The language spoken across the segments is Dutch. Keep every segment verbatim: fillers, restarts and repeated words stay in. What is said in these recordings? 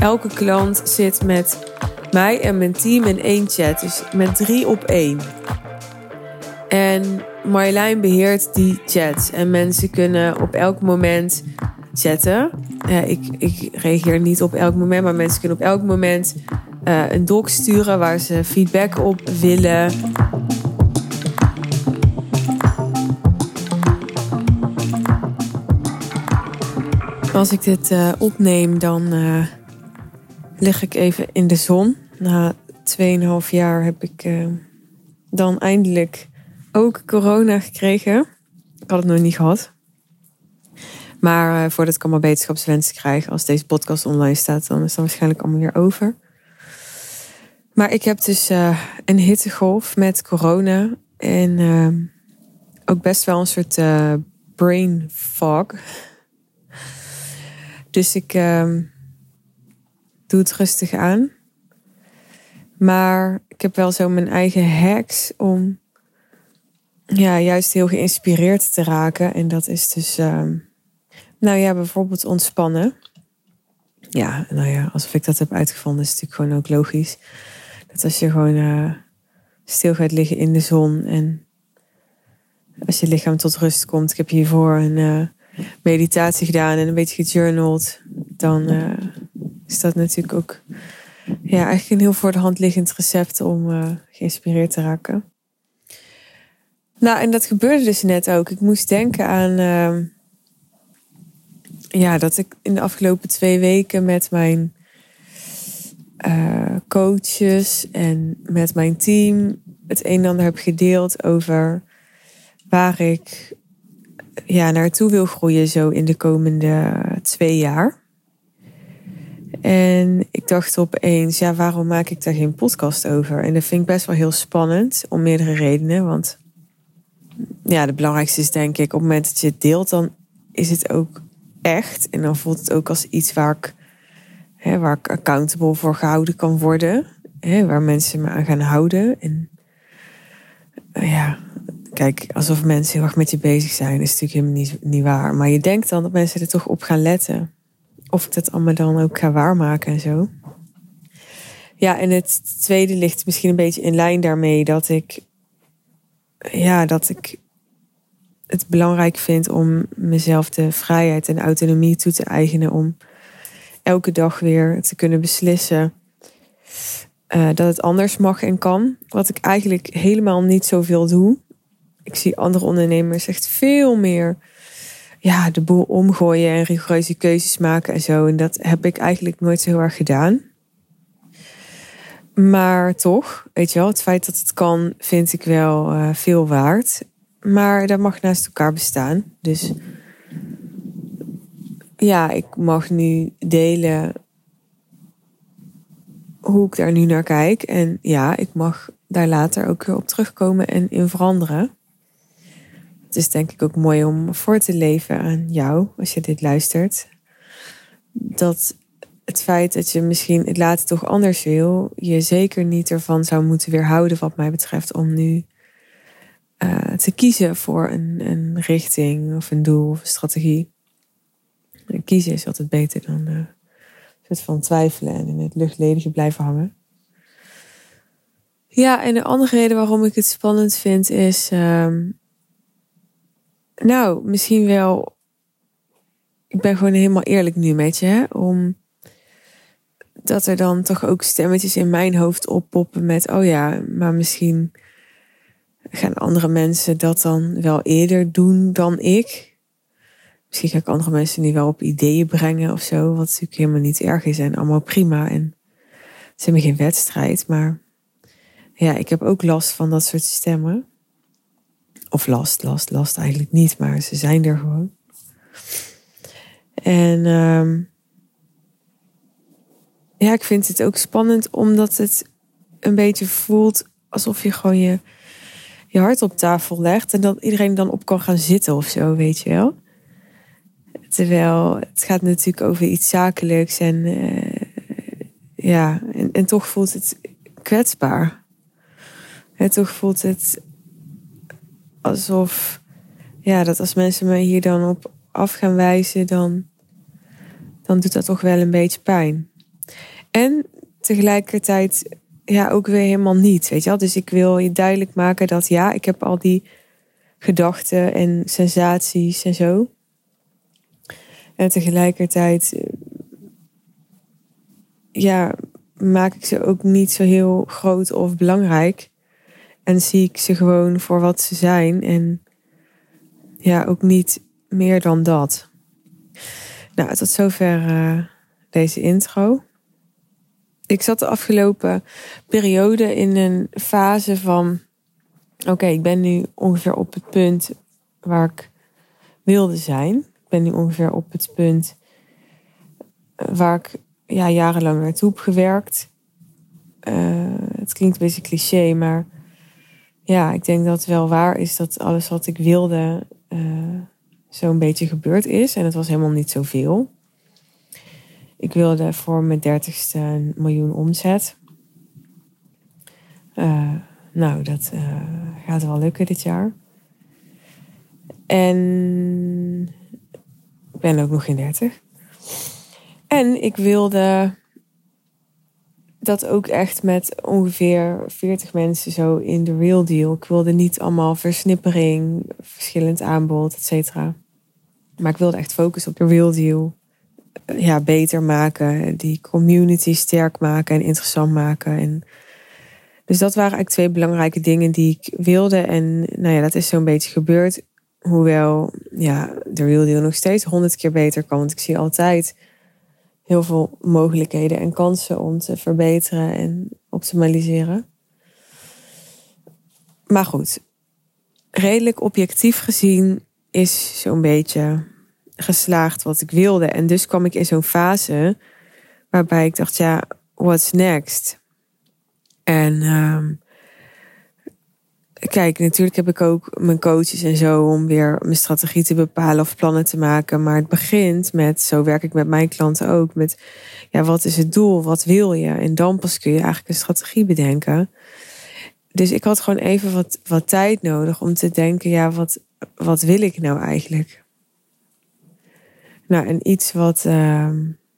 elke klant zit met mij en mijn team in één chat. Dus met drie op één. En Marjolein beheert die chats. En mensen kunnen op elk moment chatten. Ja, ik, ik reageer niet op elk moment, maar mensen kunnen op elk moment uh, een doc sturen waar ze feedback op willen. Als ik dit uh, opneem, dan uh, lig ik even in de zon. Na tweeënhalf jaar heb ik uh, dan eindelijk ook corona gekregen. Ik had het nog niet gehad. Maar uh, voordat ik allemaal beterschapswensen krijg, als deze podcast online staat, dan is het waarschijnlijk allemaal weer over. Maar ik heb dus uh, een hittegolf met corona. En uh, ook best wel een soort uh, brain fog. Dus ik uh, doe het rustig aan. Maar ik heb wel zo mijn eigen hacks om ja, juist heel geïnspireerd te raken. En dat is dus, uh, nou ja, bijvoorbeeld ontspannen. Ja, nou ja, alsof ik dat heb uitgevonden is natuurlijk gewoon ook logisch. Dat als je gewoon uh, stil gaat liggen in de zon en als je lichaam tot rust komt. Ik heb hiervoor een uh, meditatie gedaan en een beetje gejournald. Dan uh, is dat natuurlijk ook ja, eigenlijk een heel voor de hand liggend recept om uh, geïnspireerd te raken. Nou, en dat gebeurde dus net ook. Ik moest denken aan uh, ja, dat ik in de afgelopen twee weken met mijn uh, coaches en met mijn team het een en ander heb gedeeld over waar ik ja, naartoe wil groeien zo in de komende twee jaar. En ik dacht opeens, ja, waarom maak ik daar geen podcast over? En dat vind ik best wel heel spannend, om meerdere redenen. Want ja, de belangrijkste is denk ik, op het moment dat je het deelt, dan is het ook echt. En dan voelt het ook als iets waar ik, hè, waar ik accountable voor gehouden kan worden. Hè, waar mensen me aan gaan houden. En uh, ja, kijk, alsof mensen heel erg met je bezig zijn, is natuurlijk helemaal niet, niet waar. Maar je denkt dan dat mensen er toch op gaan letten. Of ik dat allemaal dan ook ga waarmaken en zo. Ja, en het tweede ligt misschien een beetje in lijn daarmee. Dat ik, ja, dat ik het belangrijk vind om mezelf de vrijheid en autonomie toe te eigenen. Om elke dag weer te kunnen beslissen uh, dat het anders mag en kan. Wat ik eigenlijk helemaal niet zoveel doe. Ik zie andere ondernemers echt veel meer ja, de boel omgooien en rigoureuze keuzes maken en zo. En dat heb ik eigenlijk nooit zo heel erg gedaan. Maar toch, weet je wel, het feit dat het kan, vind ik wel uh, veel waard. Maar dat mag naast elkaar bestaan. Dus ja, ik mag nu delen hoe ik daar nu naar kijk. En ja, ik mag daar later ook weer op terugkomen en in veranderen. Het is denk ik ook mooi om voor te leven aan jou, als je dit luistert. Dat het feit dat je misschien het later toch anders wil, je zeker niet ervan zou moeten weerhouden wat mij betreft om nu uh, te kiezen voor een, een richting of een doel of een strategie. En kiezen is altijd beter dan uh, een soort van twijfelen en in het luchtledige blijven hangen. Ja, en de andere reden waarom ik het spannend vind is Uh, Nou, misschien wel. Ik ben gewoon helemaal eerlijk nu met je. Hè? Om dat er dan toch ook stemmetjes in mijn hoofd oppoppen met, oh ja, maar misschien gaan andere mensen dat dan wel eerder doen dan ik. Misschien ga ik andere mensen nu wel op ideeën brengen of zo. Wat natuurlijk helemaal niet erg is en allemaal prima. En het is helemaal geen wedstrijd. Maar ja, ik heb ook last van dat soort stemmen. Of last, last, last eigenlijk niet, maar ze zijn er gewoon. En um, ja, ik vind het ook spannend omdat het een beetje voelt alsof je gewoon je, je hart op tafel legt en dat iedereen dan op kan gaan zitten of zo, weet je wel. Terwijl het gaat natuurlijk over iets zakelijks en uh, ja, en, en toch voelt het kwetsbaar. En toch voelt het alsof, ja, dat als mensen me hier dan op af gaan wijzen, dan, dan doet dat toch wel een beetje pijn. En tegelijkertijd ja, ook weer helemaal niet, weet je wel. Dus ik wil je duidelijk maken dat ja, ik heb al die gedachten en sensaties en zo. En tegelijkertijd ja, maak ik ze ook niet zo heel groot of belangrijk. En zie ik ze gewoon voor wat ze zijn. En ja, ook niet meer dan dat. Nou, tot zover uh, deze intro. Ik zat de afgelopen periode in een fase van... Oké, okay, ik ben nu ongeveer op het punt waar ik wilde zijn. Ik ben nu ongeveer op het punt waar ik ja, jarenlang naartoe heb gewerkt. Uh, het klinkt een beetje cliché, maar ja, ik denk dat het wel waar is dat alles wat ik wilde uh, zo'n beetje gebeurd is. En het was helemaal niet zoveel. Ik wilde voor mijn dertigste een miljoen omzet. Uh, nou, dat uh, gaat wel lukken dit jaar. En ik ben ook nog geen dertig. En ik wilde dat ook echt met ongeveer veertig mensen zo in de real deal. Ik wilde niet allemaal versnippering, verschillend aanbod, et cetera. Maar ik wilde echt focussen op de real deal. Ja, beter maken, die community sterk maken en interessant maken. En dus dat waren eigenlijk twee belangrijke dingen die ik wilde. En nou ja, dat is zo'n beetje gebeurd. Hoewel ja, de real deal nog steeds honderd keer beter kan. Want ik zie altijd heel veel mogelijkheden en kansen om te verbeteren en optimaliseren. Maar goed, redelijk objectief gezien is zo'n beetje geslaagd wat ik wilde. En dus kwam ik in zo'n fase waarbij ik dacht, ja, what's next? En um, kijk, natuurlijk heb ik ook mijn coaches en zo om weer mijn strategie te bepalen of plannen te maken. Maar het begint met, zo werk ik met mijn klanten ook, met ja, wat is het doel? Wat wil je? En dan pas kun je eigenlijk een strategie bedenken. Dus ik had gewoon even wat, wat tijd nodig om te denken, ja, wat, wat wil ik nou eigenlijk? Nou, en iets wat, uh,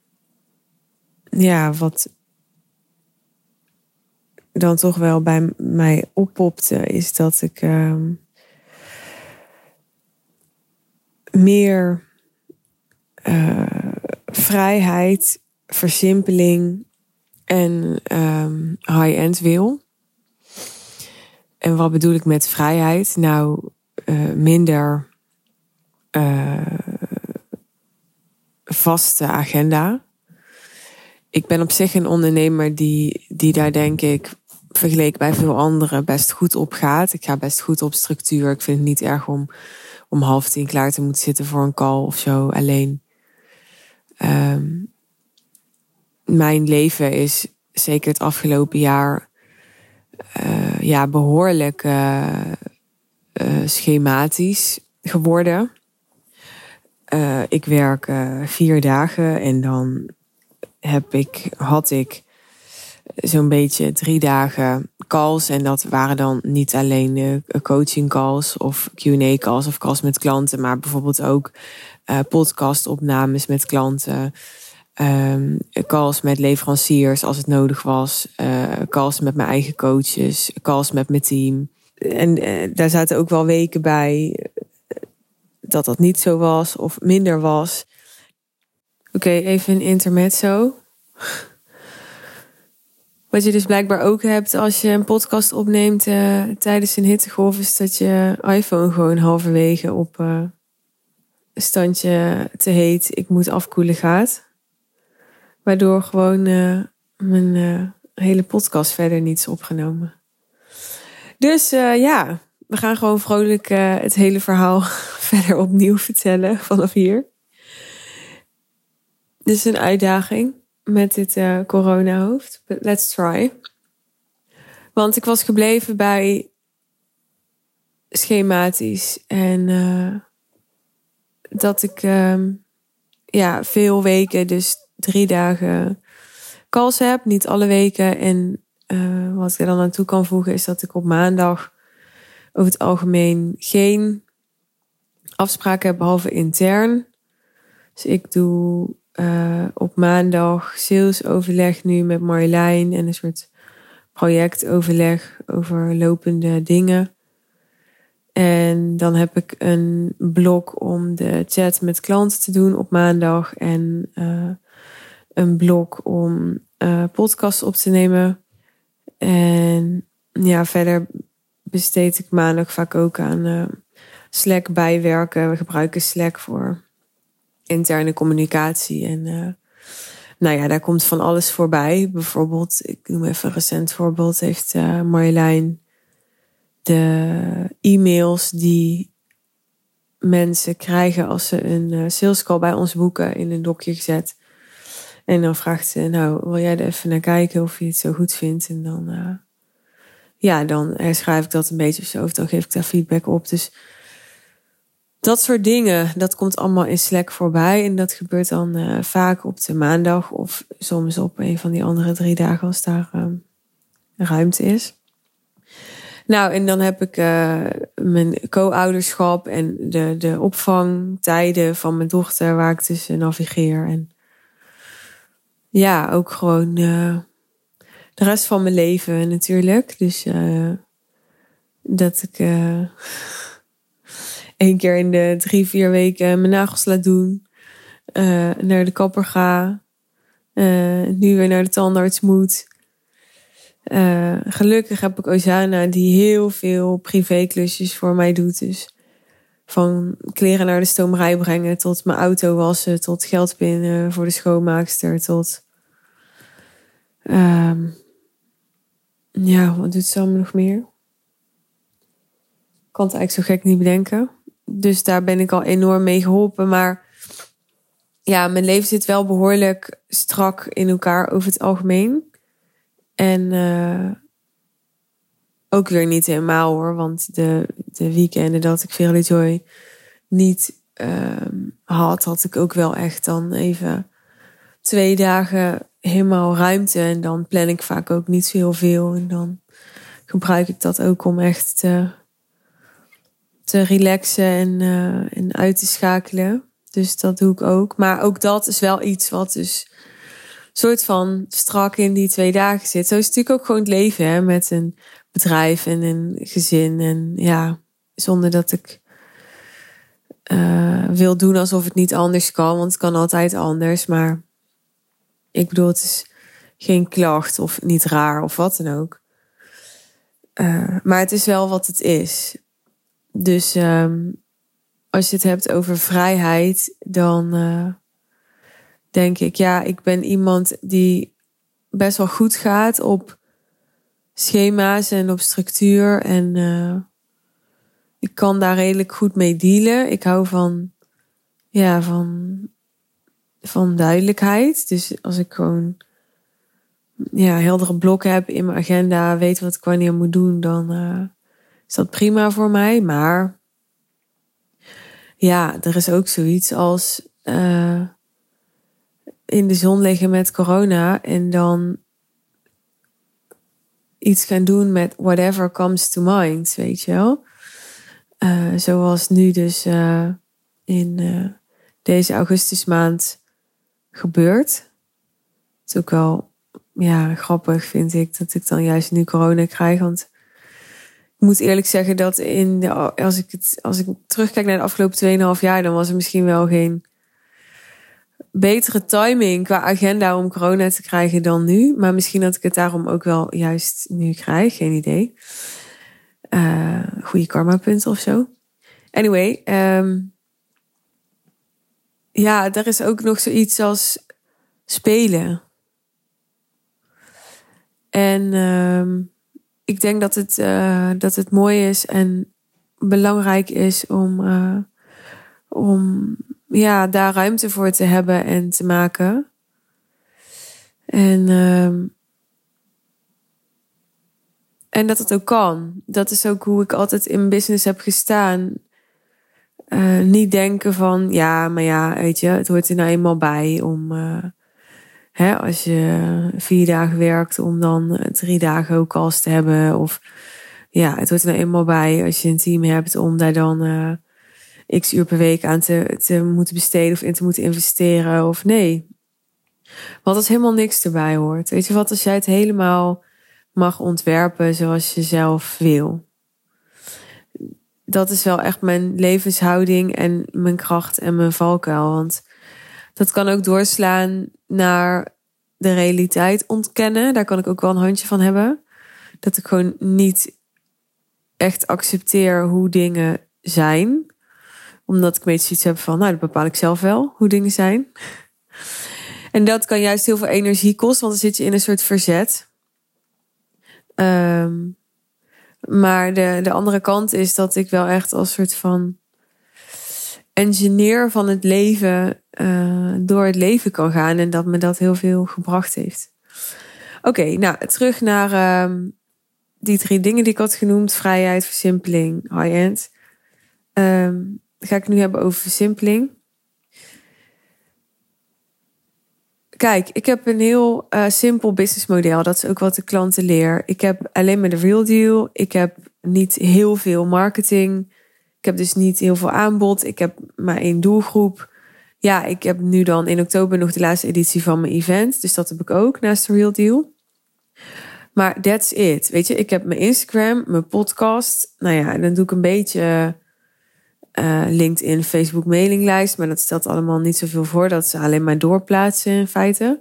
ja, wat dan toch wel bij mij oppopte, is dat ik uh, meer uh, vrijheid, versimpeling en um, high-end wil. En wat bedoel ik met vrijheid? Nou, uh, minder uh, vaste agenda. Ik ben op zich een ondernemer die, die daar denk ik vergeleken bij veel anderen best goed op gaat. Ik ga best goed op structuur. Ik vind het niet erg om om half tien klaar te moeten zitten voor een call of zo. Alleen um, mijn leven is zeker het afgelopen jaar uh, ja, behoorlijk uh, uh, schematisch geworden. Uh, ik werk uh, vier dagen en dan heb ik, had ik zo'n beetje drie dagen calls. En dat waren dan niet alleen uh, coaching calls of Q en A calls of calls met klanten, maar bijvoorbeeld ook uh, podcastopnames met klanten. Um, calls met leveranciers als het nodig was. Uh, calls met mijn eigen coaches. Calls met mijn team. En uh, daar zaten ook wel weken bij dat dat niet zo was of minder was. Oké, okay, even een intermezzo. Wat je dus blijkbaar ook hebt als je een podcast opneemt uh, tijdens een hittegolf, is dat je iPhone gewoon halverwege op uh, een standje te heet ik moet afkoelen gaat. Waardoor gewoon uh, mijn uh, hele podcast verder niet is opgenomen. Dus uh, ja, we gaan gewoon vrolijk uh, het hele verhaal verder opnieuw vertellen vanaf hier. Dit is een uitdaging met dit uh, corona-hoofd. But let's try. Want ik was gebleven bij schematisch. En uh, dat ik uh, ja, veel weken, dus drie dagen calls heb. Niet alle weken. En uh, wat ik er dan aan toe kan voegen is dat ik op maandag over het algemeen geen afspraken heb, behalve intern. Dus ik doe uh, op maandag salesoverleg nu met Marjolein en een soort projectoverleg over lopende dingen. En dan heb ik een blok om de chat met klanten te doen op maandag. En uh, een blok om uh, podcasts op te nemen. En ja, verder besteed ik maandag vaak ook aan uh, Slack bijwerken. We gebruiken Slack voor interne communicatie. En uh, nou ja, daar komt van alles voorbij. Bijvoorbeeld, ik noem even een recent voorbeeld, heeft uh, Marjolein de e-mails die mensen krijgen als ze een uh, sales call bij ons boeken in een dokje gezet. En dan vraagt ze, nou, wil jij er even naar kijken of je het zo goed vindt? En dan, uh, ja, dan herschrijf ik dat een beetje of zo. Of dan geef ik daar feedback op. Dus dat soort dingen, dat komt allemaal in Slack voorbij. En dat gebeurt dan uh, vaak op de maandag of soms op een van die andere drie dagen als daar uh, ruimte is. Nou, en dan heb ik uh, mijn co-ouderschap en de, de opvangtijden van mijn dochter waar ik tussen navigeer. En ja, ook gewoon uh, de rest van mijn leven natuurlijk. Dus uh, dat ik uh, één keer in de drie, vier weken mijn nagels laat doen. Uh, naar de kapper ga. Uh, nu weer naar de tandarts moet. Uh, gelukkig heb ik Ozana die heel veel privéklusjes voor mij doet. Dus van kleren naar de stomerij brengen tot mijn auto wassen, tot geld pinnen voor de schoonmaakster, tot um, ja, wat doet ze allemaal nog meer? Ik kan het eigenlijk zo gek niet bedenken. Dus daar ben ik al enorm mee geholpen. Maar ja, mijn leven zit wel behoorlijk strak in elkaar over het algemeen. En uh, ook weer niet helemaal hoor. Want de, de weekenden dat ik Verily Joy niet uh, had, had ik ook wel echt dan even twee dagen helemaal ruimte. En dan plan ik vaak ook niet zo heel veel. En dan gebruik ik dat ook om echt te, te relaxen en, uh, en uit te schakelen. Dus dat doe ik ook. Maar ook dat is wel iets wat dus soort van strak in die twee dagen zit. Zo is het natuurlijk ook gewoon het leven, hè, met een bedrijf en een gezin. En ja, zonder dat ik uh, wil doen alsof het niet anders kan. Want het kan altijd anders. Maar ik bedoel, het is geen klacht of niet raar of wat dan ook. Uh, maar het is wel wat het is. Dus um, als je het hebt over vrijheid, dan uh, denk ik, ja, ik ben iemand die best wel goed gaat op schema's en op structuur. En uh, ik kan daar redelijk goed mee dealen. Ik hou van, ja, van, van duidelijkheid. Dus als ik gewoon ja, heldere blokken heb in mijn agenda, weet wat ik wanneer moet doen, dan uh, is dat prima voor mij. Maar ja, er is ook zoiets als uh, in de zon liggen met corona en dan iets gaan doen met whatever comes to mind, weet je wel. Uh, zoals nu dus uh, in uh, deze augustusmaand gebeurt. Het is ook wel ja, grappig, vind ik, dat ik dan juist nu corona krijg. Want ik moet eerlijk zeggen dat in de, als, ik het, als ik terugkijk naar de afgelopen tweeënhalf jaar, dan was er misschien wel geen betere timing qua agenda om corona te krijgen dan nu. Maar misschien dat ik het daarom ook wel juist nu krijg. Geen idee. Uh, goede karma punten of zo. Anyway. Um, ja, er is ook nog zoiets als spelen. En um, ik denk dat het, uh, dat het mooi is en belangrijk is om, uh, om ja, daar ruimte voor te hebben en te maken. En, um, en dat het ook kan. Dat is ook hoe ik altijd in business heb gestaan. Uh, niet denken van, ja, maar ja, weet je, het hoort er nou eenmaal bij om, uh, hè, als je vier dagen werkt, om dan drie dagen ook calls te hebben. Of ja, het hoort er nou eenmaal bij als je een team hebt om daar dan uh, x uur per week aan te, te moeten besteden of in te moeten investeren. Of nee. Wat als helemaal niks erbij hoort. Weet je wat, als jij het helemaal mag ontwerpen zoals je zelf wil. Dat is wel echt mijn levenshouding en mijn kracht en mijn valkuil. Want dat kan ook doorslaan naar de realiteit ontkennen. Daar kan ik ook wel een handje van hebben. Dat ik gewoon niet echt accepteer hoe dingen zijn. Omdat ik een beetje iets heb van, nou, dat bepaal ik zelf wel, hoe dingen zijn. En dat kan juist heel veel energie kosten, want dan zit je in een soort verzet. Um, maar de, de andere kant is dat ik wel echt als soort van engineer van het leven uh, door het leven kan gaan. En dat me dat heel veel gebracht heeft. Oké, okay, nou, terug naar um, die drie dingen die ik had genoemd. Vrijheid, versimpeling, high-end. Um, ga ik nu hebben over versimpeling. Kijk, ik heb een heel uh, simpel businessmodel. Dat is ook wat de klanten leer. Ik heb alleen maar de Real Deal. Ik heb niet heel veel marketing. Ik heb dus niet heel veel aanbod. Ik heb maar één doelgroep. Ja, ik heb nu dan in oktober nog de laatste editie van mijn event. Dus dat heb ik ook naast de Real Deal. Maar that's it. Weet je, ik heb mijn Instagram, mijn podcast. Nou ja, en dan doe ik een beetje uh, LinkedIn, Facebook mailinglijst. Maar dat stelt allemaal niet zoveel voor. Dat ze alleen maar doorplaatsen in feite.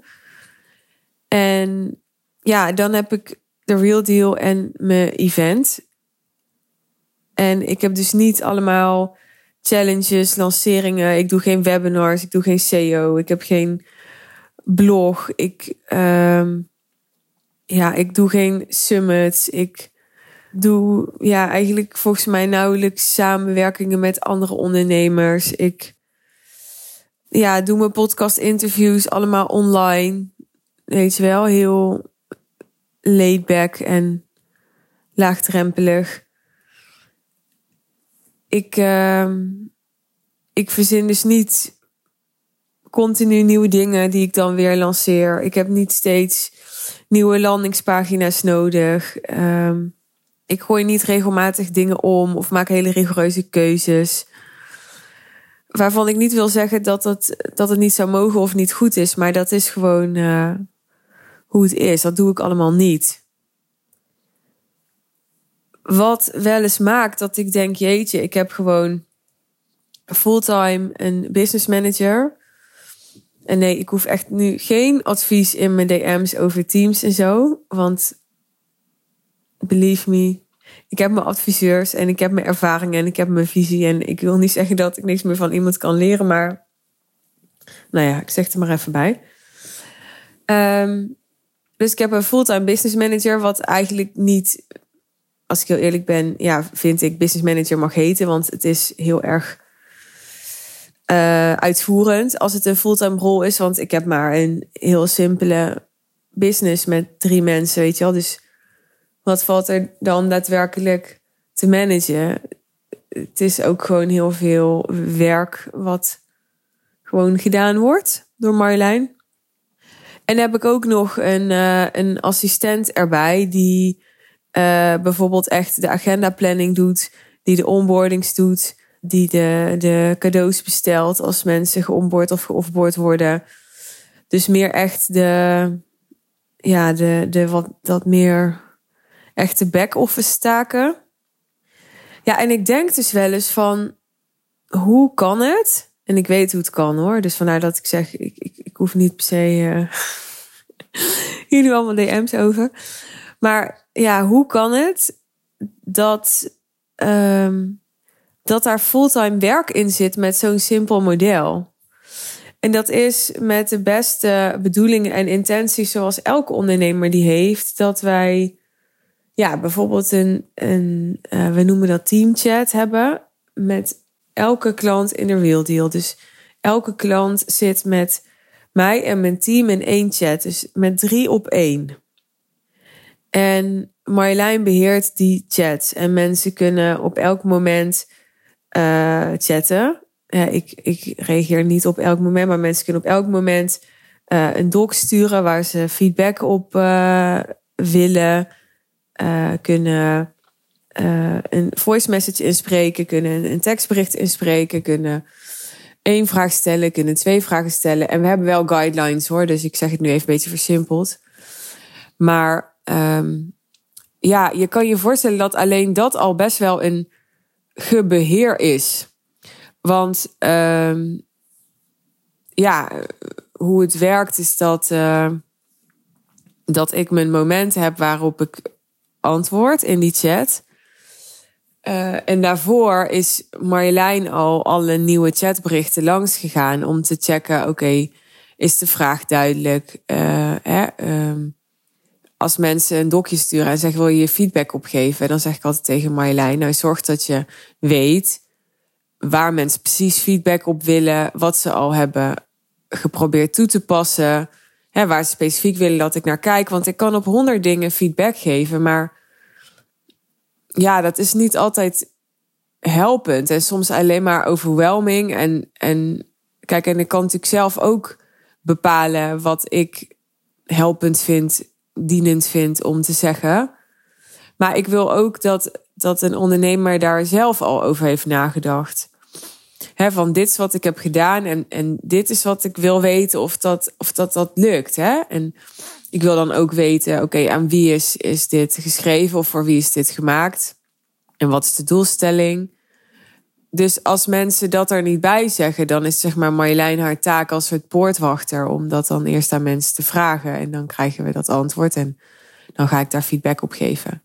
En ja, dan heb ik de Real Deal en mijn event. En ik heb dus niet allemaal challenges, lanceringen. Ik doe geen webinars, ik doe geen S E O. Ik heb geen blog. Ik, um, ja, ik doe geen summits. Ik doe ja, eigenlijk volgens mij nauwelijks samenwerkingen met andere ondernemers. Ik ja, doe mijn podcast interviews allemaal online. Weet je wel, heel laid back en laagdrempelig. Ik, uh, ik verzin dus niet continu nieuwe dingen die ik dan weer lanceer. Ik heb niet steeds nieuwe landingspagina's nodig. Um, ik gooi niet regelmatig dingen om of maak hele rigoureuze keuzes. Waarvan ik niet wil zeggen dat het, dat het niet zou mogen of niet goed is. Maar dat is gewoon uh, hoe het is. Dat doe ik allemaal niet. Wat wel eens maakt dat ik denk, jeetje, ik heb gewoon fulltime een business manager. En nee, ik hoef echt nu geen advies in mijn D M's over Teams en zo. Want believe me, ik heb mijn adviseurs en ik heb mijn ervaringen en ik heb mijn visie. En ik wil niet zeggen dat ik niks meer van iemand kan leren, maar nou ja, ik zeg er maar even bij. Um, dus ik heb een fulltime business manager, wat eigenlijk niet, als ik heel eerlijk ben, ja, vind ik business manager mag heten, want het is heel erg uh, uitvoerend als het een fulltime rol is. Want ik heb maar een heel simpele business met drie mensen, weet je wel. Dus wat valt er dan daadwerkelijk te managen? Het is ook gewoon heel veel werk wat gewoon gedaan wordt door Marjolein. En dan heb ik ook nog een, uh, een assistent erbij die uh, bijvoorbeeld echt de agendaplanning doet, die de onboardings doet, die de, de cadeaus bestelt als mensen geonboard of geoffboard worden. Dus meer echt de, ja, de, de wat dat meer echte back-office taken. Ja, en ik denk dus wel eens van, hoe kan het? En ik weet hoe het kan hoor. Dus vandaar dat ik zeg, ik, ik, ik hoef niet per se uh, hier nu allemaal D M's over. Maar ja, hoe kan het dat, um, dat daar fulltime werk in zit met zo'n simpel model? En dat is met de beste bedoelingen en intenties zoals elke ondernemer die heeft, dat wij ja, bijvoorbeeld een, een uh, we noemen dat teamchat hebben met elke klant in de Real Deal. Dus elke klant zit met mij en mijn team in één chat. Dus met drie op één. En Marjolein beheert die chats. En mensen kunnen op elk moment uh, chatten. Ja, ik, ik reageer niet op elk moment, maar mensen kunnen op elk moment uh, een doc sturen waar ze feedback op uh, willen. Uh, kunnen uh, een voice message inspreken, kunnen een tekstbericht inspreken, kunnen één vraag stellen, kunnen twee vragen stellen. En we hebben wel guidelines hoor, dus ik zeg het nu even een beetje versimpeld. Maar um, ja, je kan je voorstellen dat alleen dat al best wel een gebeheer is. Want um, ja, hoe het werkt is dat, uh, dat ik mijn moment heb waarop ik antwoord in die chat. Uh, en daarvoor is Marjolein al alle nieuwe chatberichten langs gegaan om te checken, oké, okay, is de vraag duidelijk? Uh, hè, um, als mensen een docje sturen en zeggen, wil je je feedback opgeven? Dan zeg ik altijd tegen Marjolein, nou zorg dat je weet waar mensen precies feedback op willen, wat ze al hebben geprobeerd toe te passen, hè, waar ze specifiek willen dat ik naar kijk. Want ik kan op honderd dingen feedback geven, maar ja, dat is niet altijd helpend en soms alleen maar overwhelming. En, en kijk, en ik kan natuurlijk zelf ook bepalen wat ik helpend vind, dienend vind om te zeggen. Maar ik wil ook dat, dat een ondernemer daar zelf al over heeft nagedacht. He, van dit is wat ik heb gedaan en, en dit is wat ik wil weten of dat of dat, dat lukt. Hè? En ik wil dan ook weten, oké, okay, aan wie is, is dit geschreven of voor wie is dit gemaakt? En wat is de doelstelling? Dus als mensen dat er niet bij zeggen, dan is zeg maar Marjolein haar taak als soort poortwachter om dat dan eerst aan mensen te vragen. En dan krijgen we dat antwoord en dan ga ik daar feedback op geven.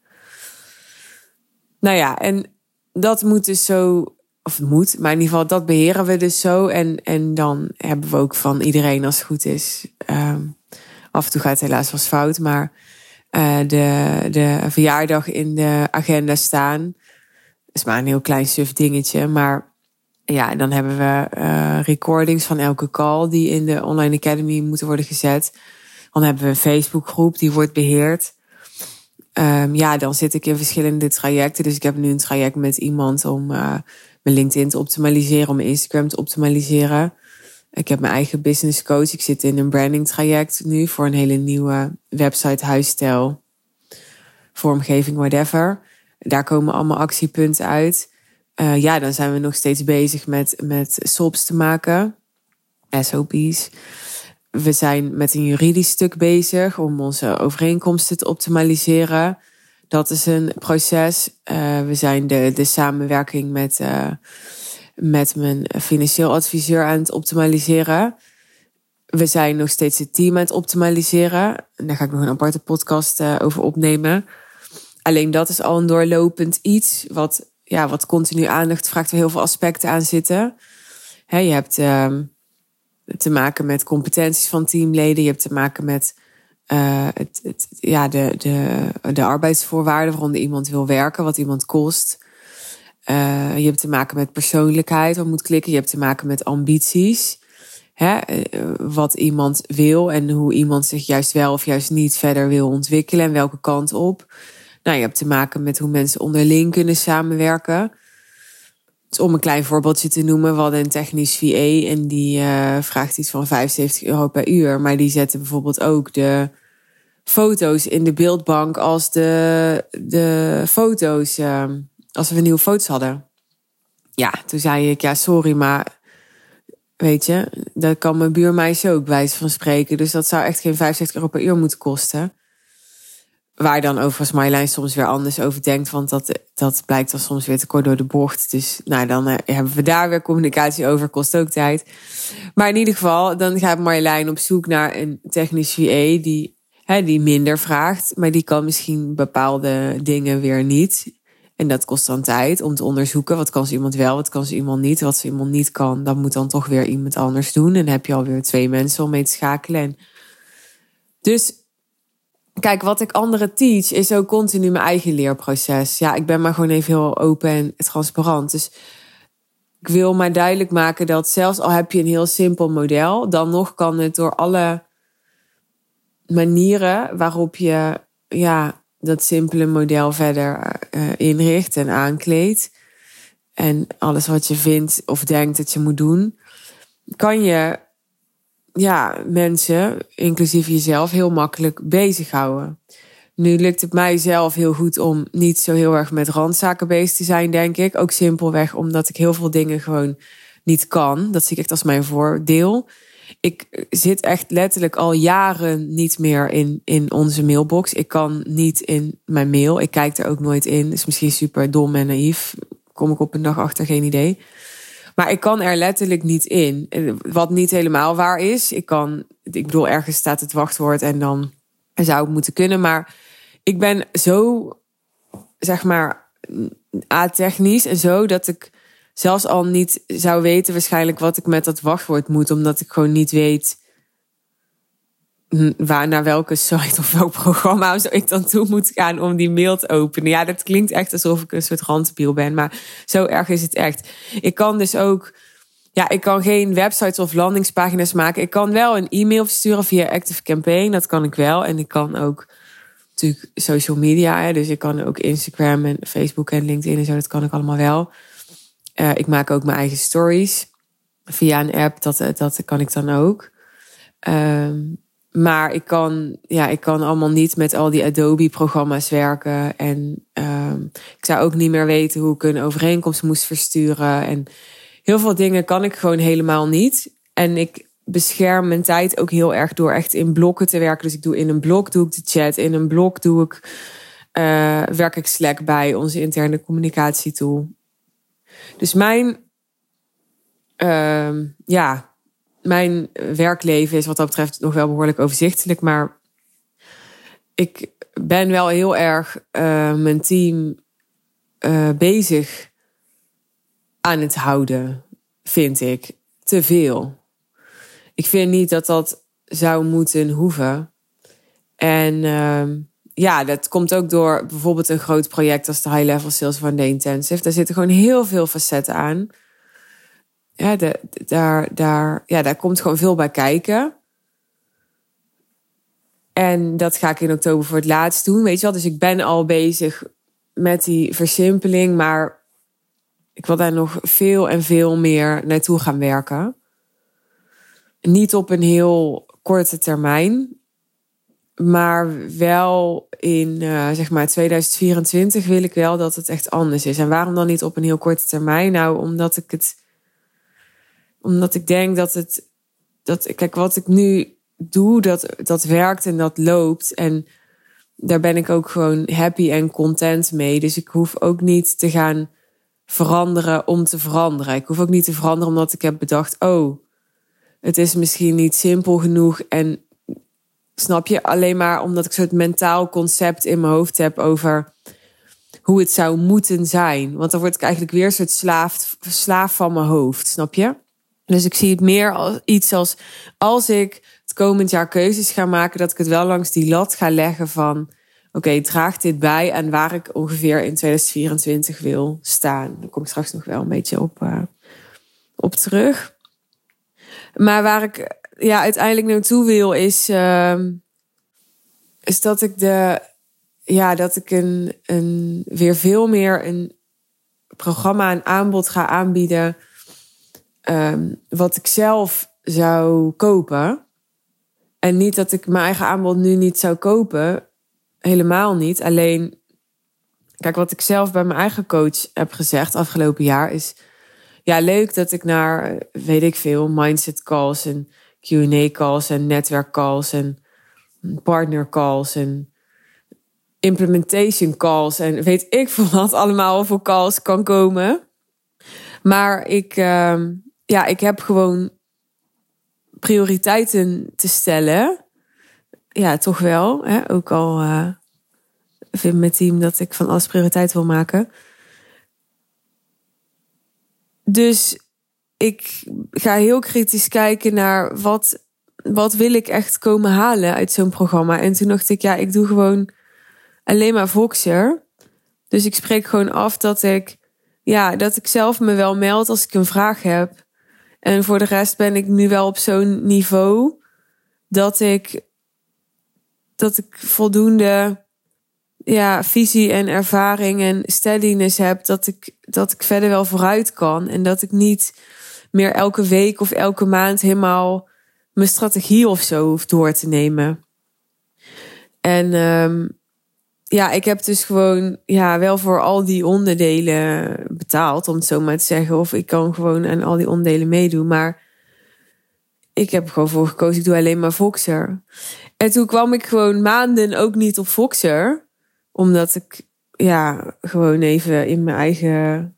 Nou ja, en dat moet dus zo, of het moet, maar in ieder geval dat beheren we dus zo. En, en dan hebben we ook van iedereen als het goed is. Um, af en toe gaat het helaas wel eens fout, maar uh, de, de verjaardag in de agenda staan. Dat is maar een heel klein suf dingetje. Maar ja, dan hebben we uh, recordings van elke call die in de Online Academy moeten worden gezet. Dan hebben we een Facebookgroep die wordt beheerd. Um, ja, dan zit ik in verschillende trajecten. Dus ik heb nu een traject met iemand om uh, mijn LinkedIn te optimaliseren, om mijn Instagram te optimaliseren. Ik heb mijn eigen business coach. Ik zit in een branding traject nu voor een hele nieuwe website, huisstijl, vormgeving, whatever. Daar komen allemaal actiepunten uit. Uh, ja, dan zijn we nog steeds bezig met, met S O P's te maken. S O P's. We zijn met een juridisch stuk bezig om onze overeenkomsten te optimaliseren. Dat is een proces. Uh, we zijn de, de samenwerking met, uh, met mijn financieel adviseur aan het optimaliseren. We zijn nog steeds het team aan het optimaliseren. En daar ga ik nog een aparte podcast uh, over opnemen. Alleen dat is al een doorlopend iets wat, ja, wat continu aandacht vraagt, waar heel veel aspecten aan zitten. He, je hebt uh, te maken met competenties van teamleden. Je hebt te maken met uh, het, het, ja, de, de, de arbeidsvoorwaarden waaronder iemand wil werken, wat iemand kost. Uh, je hebt te maken met persoonlijkheid, wat moet klikken. Je hebt te maken met ambities. He, wat iemand wil en hoe iemand zich juist wel of juist niet verder wil ontwikkelen en welke kant op. Nou, je hebt te maken met hoe mensen onderling kunnen samenwerken. Dus om een klein voorbeeldje te noemen, we hadden een technisch V A en die uh, vraagt iets van vijfenzeventig euro per uur. Maar die zetten bijvoorbeeld ook de foto's in de beeldbank als de, de foto's, uh, als we nieuwe foto's hadden. Ja, toen zei ik, ja sorry, maar weet je, dat kan mijn buurmeisje ook bij wijze van spreken. Dus dat zou echt geen vijfenzeventig euro per uur moeten kosten. Waar dan overigens Marjolein soms weer anders over denkt. Want dat, dat blijkt dan soms weer te kort door de bocht. Dus nou, dan uh, hebben we daar weer communicatie over. Kost ook tijd. Maar in ieder geval, dan gaat Marjolein op zoek naar een technisch V A die, hè, die minder vraagt. Maar die kan misschien bepaalde dingen weer niet. En dat kost dan tijd om te onderzoeken. Wat kan zo iemand wel, wat kan zo iemand niet. Wat zo iemand niet kan, dat moet dan toch weer iemand anders doen. En dan heb je alweer twee mensen om mee te schakelen. En dus kijk, wat ik anderen teach is ook continu mijn eigen leerproces. Ja, ik ben maar gewoon even heel open en transparant. Dus ik wil maar duidelijk maken dat zelfs al heb je een heel simpel model, dan nog kan het door alle manieren waarop je ja, dat simpele model verder uh, inricht en aankleedt. En alles wat je vindt of denkt dat je moet doen, kan je ja, mensen, inclusief jezelf, heel makkelijk bezighouden. Nu lukt het mij zelf heel goed om niet zo heel erg met randzaken bezig te zijn, denk ik. Ook simpelweg omdat ik heel veel dingen gewoon niet kan. Dat zie ik echt als mijn voordeel. Ik zit echt letterlijk al jaren niet meer in, in onze mailbox. Ik kan niet in mijn mail. Ik kijk er ook nooit in. Dat is misschien super dom en naïef. Kom ik op een dag achter, geen idee. Maar ik kan er letterlijk niet in. Wat niet helemaal waar is. Ik kan, ik bedoel, ergens staat het wachtwoord en dan zou het moeten kunnen. Maar ik ben zo, zeg maar, a-technisch en zo dat ik zelfs al niet zou weten waarschijnlijk wat ik met dat wachtwoord moet. Omdat ik gewoon niet weet waar, naar welke site of welk programma zou ik dan toe moet gaan om die mail te openen. Ja, dat klinkt echt alsof ik een soort randspiel ben, maar zo erg is het echt. Ik kan dus ook, ja, ik kan geen websites of landingspagina's maken. Ik kan wel een e-mail versturen via Active Campaign, dat kan ik wel. En ik kan ook natuurlijk social media, hè, dus ik kan ook Instagram en Facebook en LinkedIn en zo, dat kan ik allemaal wel. Uh, ik maak ook mijn eigen stories via een app, dat, dat kan ik dan ook. Um, maar ik kan, ja, ik kan allemaal niet met al die Adobe-programma's werken. En um, ik zou ook niet meer weten hoe ik een overeenkomst moest versturen. En heel veel dingen kan ik gewoon helemaal niet. En ik bescherm mijn tijd ook heel erg door echt in blokken te werken. Dus ik doe in een blok doe ik de chat. In een blok doe ik, uh, werk ik Slack bij, onze interne communicatietool. Dus mijn, uh, ja, mijn werkleven is wat dat betreft nog wel behoorlijk overzichtelijk. Maar ik ben wel heel erg uh, mijn team uh, bezig aan het houden, vind ik. Te veel. Ik vind niet dat dat zou moeten hoeven. En uh, ja, dat komt ook door bijvoorbeeld een groot project als de High Level Sales van The Intensive. Daar zitten gewoon heel veel facetten aan. Ja, de, de, daar, daar, ja, daar komt gewoon veel bij kijken. En dat ga ik in oktober voor het laatst doen, weet je wel. Dus ik ben al bezig met die versimpeling, maar ik wil daar nog veel en veel meer naartoe gaan werken. Niet op een heel korte termijn, maar wel in uh, zeg maar tweeduizend vierentwintig wil ik wel dat het echt anders is. En waarom dan niet op een heel korte termijn? Nou, omdat ik het, omdat ik denk dat het, dat kijk wat ik nu doe, dat dat werkt en dat loopt en daar ben ik ook gewoon happy en content mee. Dus ik hoef ook niet te gaan veranderen om te veranderen. Ik hoef ook niet te veranderen omdat ik heb bedacht, oh, het is misschien niet simpel genoeg. En snap je, alleen maar omdat ik een soort mentaal concept in mijn hoofd heb over hoe het zou moeten zijn. Want dan word ik eigenlijk weer een soort slaaf, slaaf van mijn hoofd, snap je? Dus ik zie het meer als iets als, als ik het komend jaar keuzes ga maken, dat ik het wel langs die lat ga leggen van, oké, okay, draagt dit bij aan waar ik ongeveer in tweeduizend vierentwintig wil staan. Daar kom ik straks nog wel een beetje op, uh, op terug. Maar waar ik ja, uiteindelijk naartoe wil is, uh, is dat ik de, ja, dat ik een, een weer veel meer een programma, een aanbod ga aanbieden, um, wat ik zelf zou kopen. En niet dat ik mijn eigen aanbod nu niet zou kopen. Helemaal niet. Alleen, kijk, wat ik zelf bij mijn eigen coach heb gezegd afgelopen jaar is, ja, leuk dat ik naar, weet ik veel, mindset calls en Q en A calls en netwerk calls en partner calls en implementation calls en weet ik veel wat allemaal voor calls kan komen. Maar ik, uh, ja, ik heb gewoon prioriteiten te stellen. Ja, toch wel. Hè? Ook al uh, vindt mijn team dat ik van alles prioriteit wil maken. Dus ik ga heel kritisch kijken naar wat, wat wil ik echt komen halen uit zo'n programma. En toen dacht ik, ja, ik doe gewoon alleen maar Voxer. Dus ik spreek gewoon af dat ik, ja, dat ik zelf me wel meld als ik een vraag heb. En voor de rest ben ik nu wel op zo'n niveau dat ik, dat ik voldoende ja, visie en ervaring en steadiness heb, dat ik, dat ik verder wel vooruit kan. En dat ik niet meer elke week of elke maand helemaal mijn strategie of zo hoef door te nemen. En um, ja, ik heb dus gewoon ja, wel voor al die onderdelen betaald, om het zo maar te zeggen. Of ik kan gewoon aan al die onderdelen meedoen. Maar ik heb er gewoon voor gekozen, ik doe alleen maar Voxer. En toen kwam ik gewoon maanden ook niet op Voxer. Omdat ik ja, gewoon even in mijn eigen,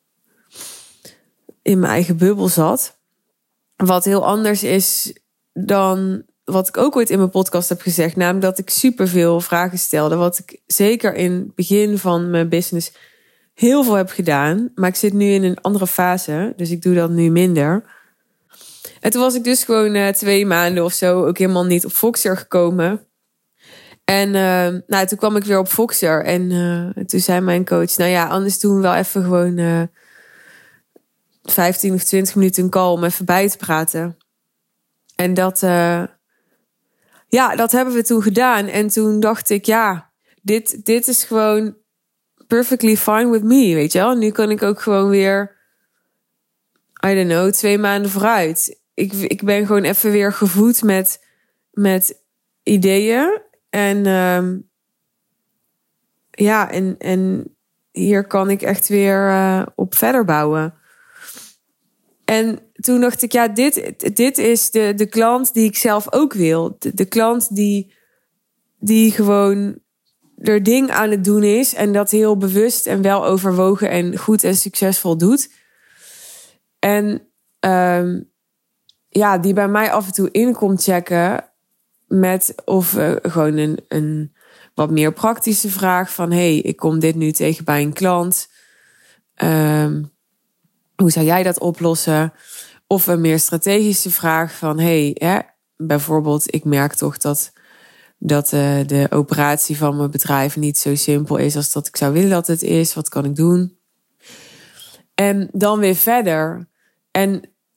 in mijn eigen bubbel zat. Wat heel anders is dan wat ik ook ooit in mijn podcast heb gezegd. Namelijk dat ik superveel vragen stelde. Wat ik zeker in het begin van mijn business heel veel heb gedaan. Maar ik zit nu in een andere fase. Dus ik doe dat nu minder. En toen was ik dus gewoon uh, twee maanden of zo ook helemaal niet op Voxer gekomen. En uh, nou, toen kwam ik weer op Voxer. En uh, toen zei mijn coach, nou ja, anders doen we wel even gewoon uh, vijftien of twintig minuten een call om even bij te praten. En dat, uh, ja, dat hebben we toen gedaan. En toen dacht ik, ja, dit, dit is gewoon perfectly fine with me, weet je wel. Nu kan ik ook gewoon weer, I don't know, twee maanden vooruit. Ik, ik ben gewoon even weer gevoed met, met ideeën. En um, ja, en, en hier kan ik echt weer uh, op verder bouwen. En toen dacht ik, ja, dit, dit is de, de klant die ik zelf ook wil. De, de klant die, die gewoon er ding aan het doen is. En dat heel bewust en wel overwogen en goed en succesvol doet. En um, ja, die bij mij af en toe in komt checken met of uh, gewoon een, een wat meer praktische vraag van, hey, ik kom dit nu tegen bij een klant. Um, hoe zou jij dat oplossen? Of een meer strategische vraag van, hey, hè, bijvoorbeeld, ik merk toch dat, dat uh, de operatie van mijn bedrijf niet zo simpel is als dat ik zou willen dat het is. Wat kan ik doen? En dan weer verder. En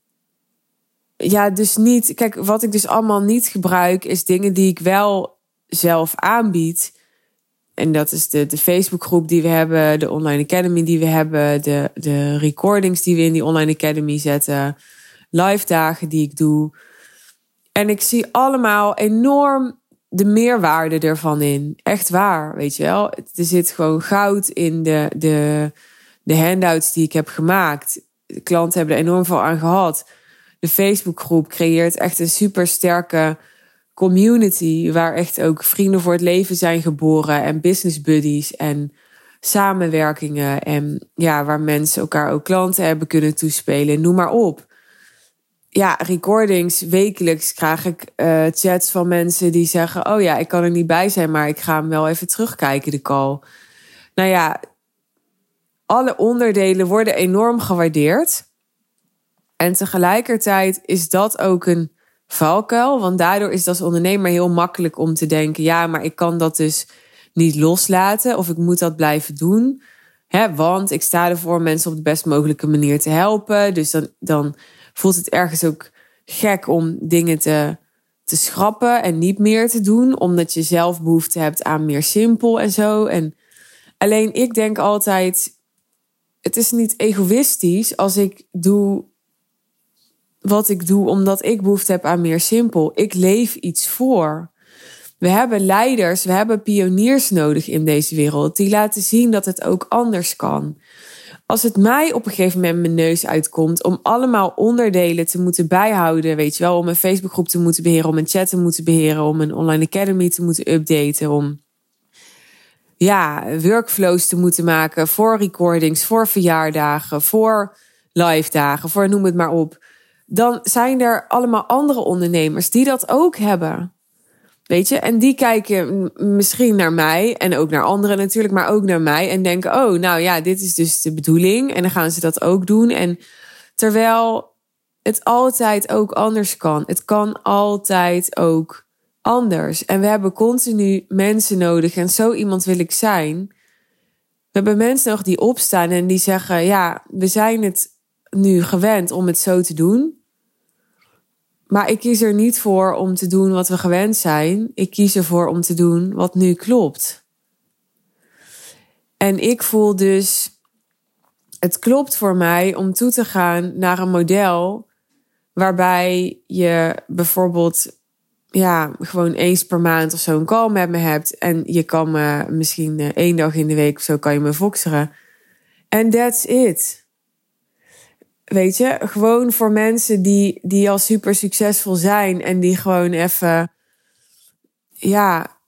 ja, dus niet... Kijk, wat ik dus allemaal niet gebruik is dingen die ik wel zelf aanbied. En dat is de, de Facebookgroep die we hebben, de Online Academy die we hebben, de, de recordings die we in die Online Academy zetten, live dagen die ik doe. En ik zie allemaal enorm de meerwaarde ervan in. Echt waar, weet je wel. Er zit gewoon goud in de, de, de handouts die ik heb gemaakt. De klanten hebben er enorm veel aan gehad. De Facebookgroep creëert echt een super sterke community waar echt ook vrienden voor het leven zijn geboren en business buddies en samenwerkingen en ja, waar mensen elkaar ook klanten hebben kunnen toespelen, noem maar op. Ja, recordings, wekelijks krijg ik uh, chats van mensen die zeggen, oh ja, ik kan er niet bij zijn, maar ik ga hem wel even terugkijken, de call. Nou ja, alle onderdelen worden enorm gewaardeerd. En tegelijkertijd is dat ook een valkuil. Want daardoor is het als ondernemer heel makkelijk om te denken, ja, maar ik kan dat dus niet loslaten. Of ik moet dat blijven doen. Hè, want ik sta ervoor mensen op de best mogelijke manier te helpen. Dus dan, dan voelt het ergens ook gek om dingen te, te schrappen en niet meer te doen. Omdat je zelf behoefte hebt aan meer simpel en zo. En alleen ik denk altijd, het is niet egoïstisch als ik doe wat ik doe omdat ik behoefte heb aan meer simpel. Ik leef iets voor. We hebben leiders, we hebben pioniers nodig in deze wereld die laten zien dat het ook anders kan. Als het mij op een gegeven moment mijn neus uitkomt om allemaal onderdelen te moeten bijhouden, weet je wel, om een Facebookgroep te moeten beheren, om een chat te moeten beheren, om een Online Academy te moeten updaten, om ja, workflows te moeten maken voor recordings, voor verjaardagen, voor live dagen, voor noem het maar op. Dan zijn er allemaal andere ondernemers die dat ook hebben. Weet je, en die kijken misschien naar mij en ook naar anderen natuurlijk, maar ook naar mij en denken, oh, nou ja, dit is dus de bedoeling en dan gaan ze dat ook doen. En terwijl het altijd ook anders kan. Het kan altijd ook anders. En we hebben continu mensen nodig en zo iemand wil ik zijn. We hebben mensen nog die opstaan en die zeggen, ja, we zijn het nu gewend om het zo te doen. Maar ik kies er niet voor om te doen wat we gewend zijn. Ik kies ervoor om te doen wat nu klopt. En ik voel dus, het klopt voor mij om toe te gaan naar een model waarbij je bijvoorbeeld ja, gewoon eens per maand of zo een call met me hebt. En je kan me misschien uh, één dag in de week of zo kan je me voxeren. And that's it. Weet je, gewoon voor mensen die, die al super succesvol zijn. En die gewoon even, ja,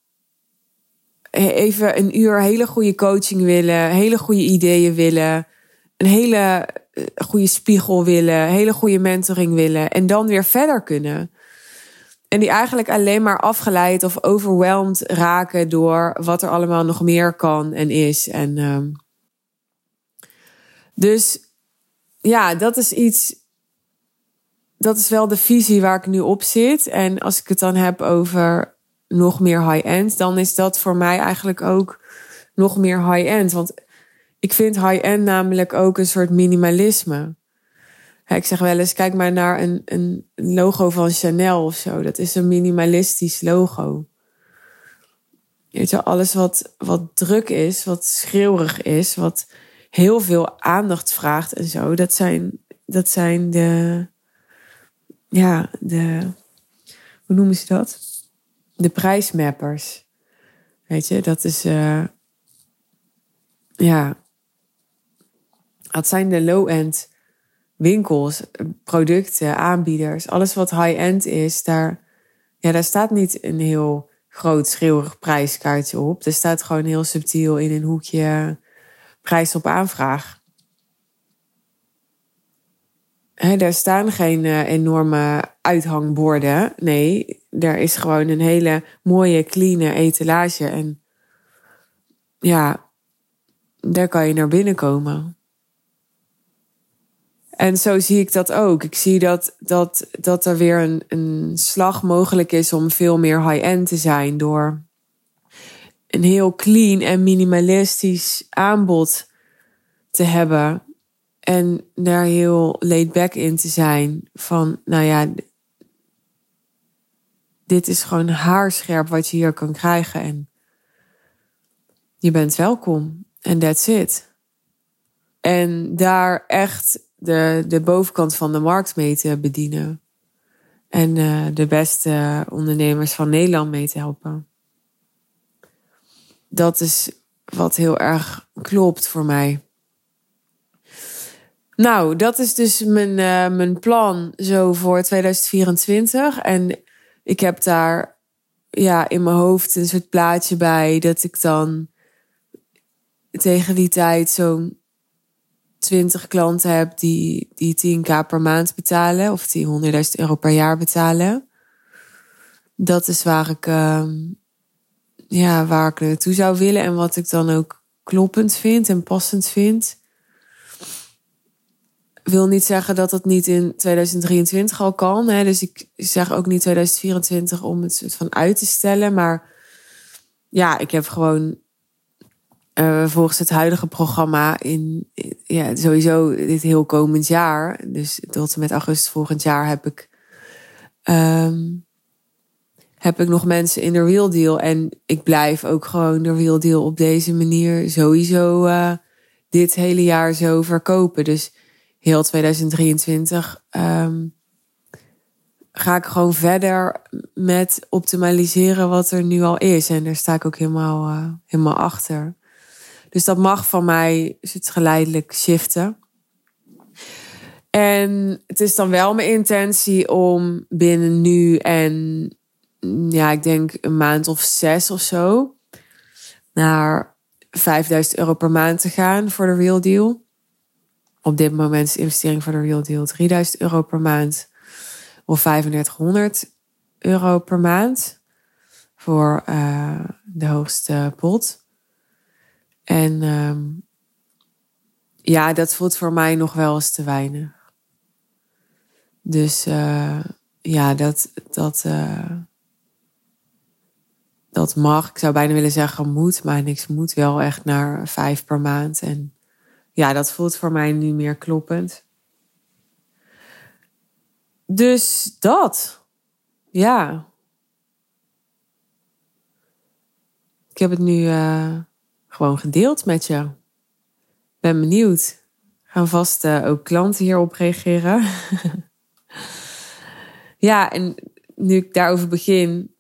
even een uur hele goede coaching willen. Hele goede ideeën willen. Een hele goede spiegel willen. Hele goede mentoring willen. En dan weer verder kunnen. En die eigenlijk alleen maar afgeleid of overwhelmed raken door wat er allemaal nog meer kan en is. En um, dus ja, dat is iets, dat is wel de visie waar ik nu op zit. En als ik het dan heb over nog meer high-end, dan is dat voor mij eigenlijk ook nog meer high-end. Want ik vind high-end namelijk ook een soort minimalisme. Ik zeg wel eens, kijk maar naar een, een logo van Chanel of zo. Dat is een minimalistisch logo. Weet je, alles wat, wat druk is, wat schreeuwerig is, wat heel veel aandacht vraagt en zo. Dat zijn, dat zijn de, ja, de, hoe noemen ze dat? De prijsmappers. Weet je, dat is, uh, ja, dat zijn de low-end winkels, producten, aanbieders. Alles wat high-end is, daar, ja, daar staat niet een heel groot schreeuwerig prijskaartje op. Er staat gewoon heel subtiel in een hoekje prijs op aanvraag. He, daar staan geen uh, enorme uithangborden. Nee, daar is gewoon een hele mooie, clean etalage. En ja, daar kan je naar binnen komen. En zo zie ik dat ook. Ik zie dat, dat, dat er weer een, een slag mogelijk is om veel meer high-end te zijn door een heel clean en minimalistisch aanbod te hebben. En daar heel laid back in te zijn. Van, nou ja, dit is gewoon haarscherp wat je hier kan krijgen. En je bent welkom. En that's it. En daar echt de, de bovenkant van de markt mee te bedienen. En uh, de beste ondernemers van Nederland mee te helpen. Dat is wat heel erg klopt voor mij. Nou, dat is dus mijn, uh, mijn plan zo voor tweeduizend vierentwintig. En ik heb daar ja, in mijn hoofd een soort plaatje bij dat ik dan tegen die tijd zo'n twintig klanten heb die, die tien k per maand betalen. Of die honderdduizend euro per jaar betalen. Dat is waar ik, uh, ja, waar ik naartoe zou willen. En wat ik dan ook kloppend vind en passend vind. Ik wil niet zeggen dat het niet in tweeduizend drieëntwintig al kan. Hè? Dus ik zeg ook niet tweeduizend vierentwintig om het soort van uit te stellen. Maar ja, ik heb gewoon uh, volgens het huidige programma in, ja, sowieso dit heel komend jaar. Dus tot en met augustus volgend jaar heb ik, um, heb ik nog mensen in de Real Deal. En ik blijf ook gewoon de Real Deal op deze manier sowieso uh, dit hele jaar zo verkopen. Dus heel tweeduizend drieëntwintig um, ga ik gewoon verder met optimaliseren wat er nu al is. En daar sta ik ook helemaal, uh, helemaal achter. Dus dat mag van mij het geleidelijk shiften. En het is dan wel mijn intentie om binnen nu en ja, ik denk een maand of zes of zo naar vijfduizend euro per maand te gaan voor de Real Deal. Op dit moment is de investering voor de Real Deal drieduizend euro per maand. Of vijfendertighonderd euro per maand. Voor uh, de hoogste pot. En um, ja, dat voelt voor mij nog wel eens te weinig. Dus uh, ja, dat, dat, uh, dat mag. Ik zou bijna willen zeggen moet. Maar niks moet wel echt naar vijf per maand. En ja, dat voelt voor mij nu meer kloppend. Dus dat. Ja. Ik heb het nu uh, gewoon gedeeld met je. Ben benieuwd. Gaan vast uh, ook klanten hierop reageren. Ja, en nu ik daarover begin,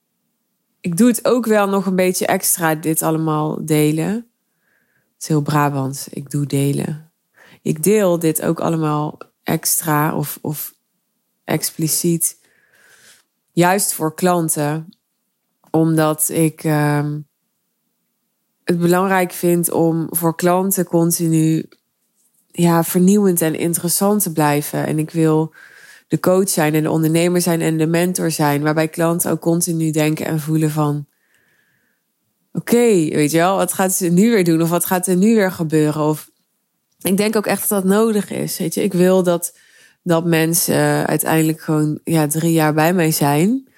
ik doe het ook wel nog een beetje extra, dit allemaal delen. Het is heel Brabants, ik doe delen. Ik deel dit ook allemaal extra of, of expliciet, juist voor klanten. Omdat ik uh, het belangrijk vind om voor klanten continu ja, vernieuwend en interessant te blijven. En ik wil de coach zijn en de ondernemer zijn en de mentor zijn, waarbij klanten ook continu denken en voelen van, oké, okay, weet je wel, wat gaat ze nu weer doen? Of wat gaat er nu weer gebeuren? Of ik denk ook echt dat dat nodig is. Weet je, ik wil dat, dat mensen uiteindelijk gewoon ja, drie jaar bij mij zijn.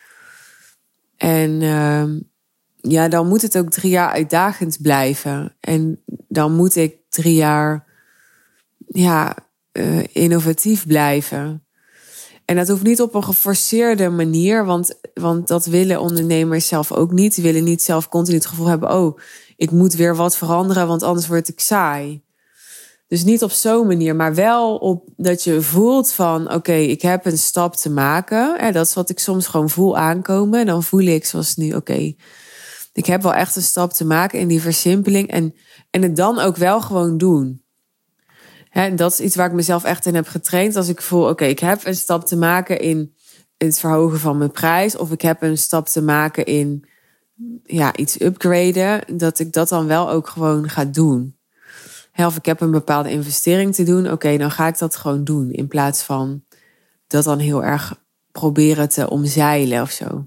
En uh, ja, dan moet het ook drie jaar uitdagend blijven. En dan moet ik drie jaar ja, uh, innovatief blijven. En dat hoeft niet op een geforceerde manier, want, want dat willen ondernemers zelf ook niet. Die willen niet zelf continu het gevoel hebben, oh, ik moet weer wat veranderen, want anders word ik saai. Dus niet op zo'n manier, maar wel op dat je voelt van, oké, okay, ik heb een stap te maken. En dat is wat ik soms gewoon voel aankomen. En dan voel ik zoals nu, oké, okay, ik heb wel echt een stap te maken in die versimpeling. En, en het dan ook wel gewoon doen. He, dat is iets waar ik mezelf echt in heb getraind. Als ik voel, oké, okay, ik heb een stap te maken in het verhogen van mijn prijs. Of ik heb een stap te maken in ja, iets upgraden. Dat ik dat dan wel ook gewoon ga doen. He, of ik heb een bepaalde investering te doen. Oké, okay, dan ga ik dat gewoon doen. In plaats van dat dan heel erg proberen te omzeilen of zo.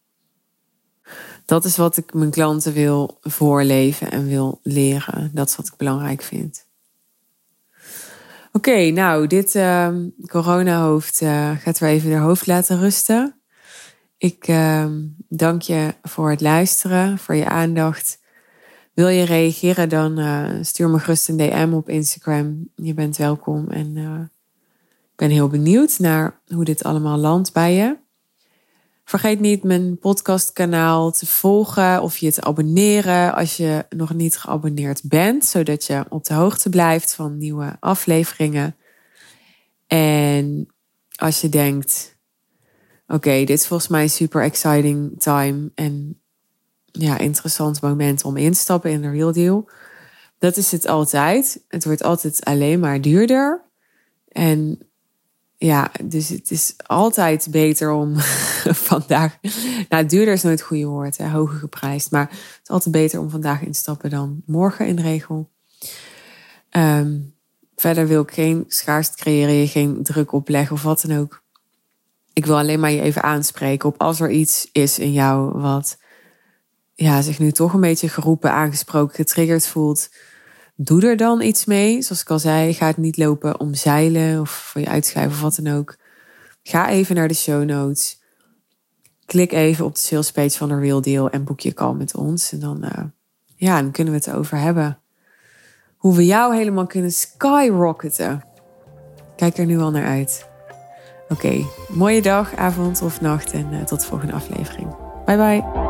Dat is wat ik mijn klanten wil voorleven en wil leren. Dat is wat ik belangrijk vind. Oké, okay, nou, dit uh, coronahoofd uh, gaat weer even de hoofd laten rusten. Ik uh, dank je voor het luisteren, voor je aandacht. Wil je reageren, dan uh, stuur me gerust een D M op Instagram. Je bent welkom en uh, ik ben heel benieuwd naar hoe dit allemaal landt bij je. Vergeet niet mijn podcastkanaal te volgen of je te abonneren als je nog niet geabonneerd bent, zodat je op de hoogte blijft van nieuwe afleveringen. En als je denkt, oké, okay, dit is volgens mij een super exciting time en ja, interessant moment om in te stappen in de Real Deal. Dat is het altijd. Het wordt altijd alleen maar duurder. En ja, dus het is altijd beter om vandaag... Nou, duurder is nooit het goede woord, hè, hoger geprijsd. Maar het is altijd beter om vandaag in te stappen dan morgen in de regel. Um, verder wil ik geen schaarste creëren, je geen druk opleggen of wat dan ook. Ik wil alleen maar je even aanspreken op als er iets is in jou wat ja, zich nu toch een beetje geroepen, aangesproken, getriggerd voelt. Doe er dan iets mee. Zoals ik al zei, ga het niet lopen omzeilen of voor je uitschuiven of wat dan ook. Ga even naar de show notes. Klik even op de sales page van de Real Deal en boek je call met ons. En dan, uh, ja, dan kunnen we het erover hebben. Hoe we jou helemaal kunnen skyrocketen. Kijk er nu al naar uit. Oké, okay, mooie dag, avond of nacht en uh, tot de volgende aflevering. Bye bye.